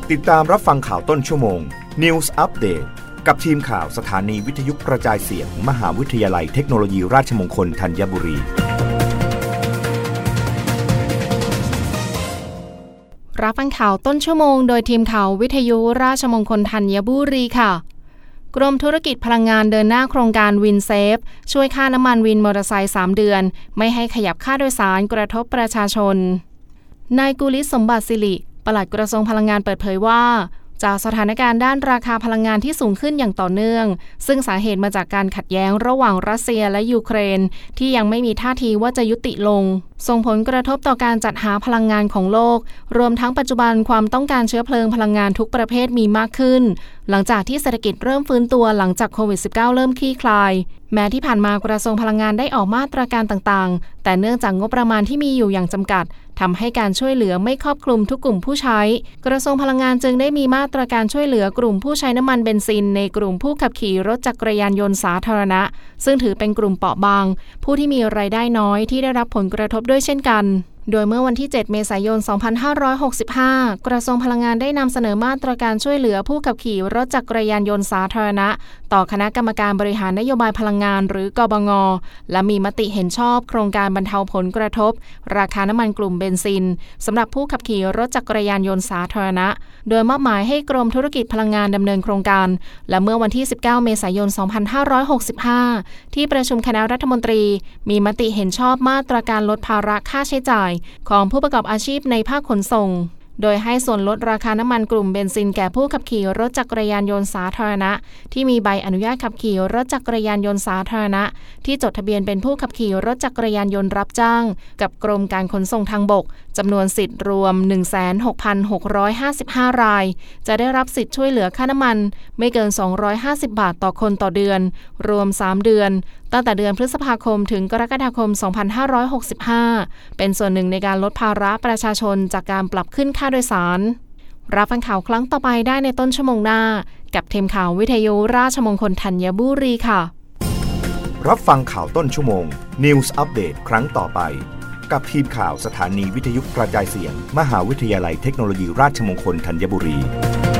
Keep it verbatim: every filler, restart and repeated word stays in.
ติดตามรับฟังข่าวต้นชั่วโมง News Update กับทีมข่าวสถานีวิทยุกระจายเสียง มหาวิทยาลัยเทคโนโลยีราชมงคลธัญบุรีรับฟังข่าวต้นชั่วโมงโดยทีมข่าววิทยุราชมงคลธัญบุรีค่ะกรมธุรกิจพลังงานเดินหน้าโครงการวินเซฟช่วยค่าน้ำมันวินมอเตอร์ไซค์สามเดือนไม่ให้ขยับค่าโดยสารกระทบประชาชนนายกุลิศสมบัติสิริปลัดกระทรวงพลังงานเปิดเผยว่าจากสถานการณ์ด้านราคาพลังงานที่สูงขึ้นอย่างต่อเนื่องซึ่งสาเหตุมาจากการขัดแย้งระหว่างรัสเซียและยูเครนที่ยังไม่มีท่าทีว่าจะยุติลงส่งผลกระทบต่อการจัดหาพลังงานของโลกรวมทั้งปัจจุบันความต้องการเชื้อเพลิงพลังงานทุกประเภทมีมากขึ้นหลังจากที่เศรษฐกิจเริ่มฟื้นตัวหลังจากโควิด สิบเก้า เริ่มคลี่คลายแม้ที่ผ่านมากระทรวงพลังงานได้ออกมาตรการต่างๆแต่เนื่องจากงบประมาณที่มีอยู่อย่างจำกัดทำให้การช่วยเหลือไม่ครอบคลุมทุกกลุ่มผู้ใช้กระทรวงพลังงานจึงได้มีมาตรการช่วยเหลือกลุ่มผู้ใช้น้ำมันเบนซินในกลุ่มผู้ขับขี่รถจักรยานยนต์สาธารณะซึ่งถือเป็นกลุ่มเปราะบางผู้ที่มีรายได้น้อยที่ได้รับผลกระทบด้วยเช่นกันโดยเมื่อวันที่เจ็ดเมษายนสองพันห้าร้อยหกสิบห้ากระทรวงพลังงานได้นำเสนอมาตรการช่วยเหลือผู้ขับขี่รถจักรยานยนต์สาธารณะต่อคณะกรรมการบริหารนโยบายพลังงานหรือกบง.และมีมติเห็นชอบโครงการบรรเทาผลกระทบราคาน้ำมันกลุ่มเบนซินสำหรับผู้ขับขี่รถจักรยานยนต์สาธารณะโดยมอบหมายให้กรมธุรกิจพลังงานดำเนินโครงการและเมื่อวันที่สิบเก้าเมษายนสองพันห้าร้อยหกสิบห้าที่ประชุมคณะรัฐมนตรีมีมติเห็นชอบมาตรการลดภาระค่าใช้จ่ายของผู้ประกอบอาชีพในภาคขนส่งโดยให้ส่วนลดราคาน้ำมันกลุ่มเบนซินแก่ผู้ขับขี่รถจักรยานยนต์สาธารณะที่มีใบอนุญาตขับขี่รถจักรยานยนต์สาธารณะที่จดทะเบียนเป็นผู้ขับขี่รถจักรยานยนต์รับจ้างกับกรมการขนส่งทางบกจำนวนสิทธิ์รวม หนึ่งแสนหกพันหกร้อยห้าสิบห้า รายจะได้รับสิทธิ์ช่วยเหลือค่าน้ำมันไม่เกินสองร้อยห้าสิบบาทต่อคนต่อเดือนรวมสามเดือนตั้งแต่เดือนพฤษภาคมถึงกรกฎาคมสองพันห้าร้อยหกสิบห้าเป็นส่วนหนึ่งในการลดภาระประชาชนจากการปรับขึ้นค่าโดยสารรับฟังข่าวครั้งต่อไปได้ในต้นชั่วโมงหน้ากับทีมข่าววิทยุราชมงคลธัญบุรีค่ะรับฟังข่าวต้นชั่วโมง News Update ครั้งต่อไปกับทีมข่าวสถานีวิทยุกระจายเสียง มหาวิทยาลัยเทคโนโลยีราชมงคลธัญบุรี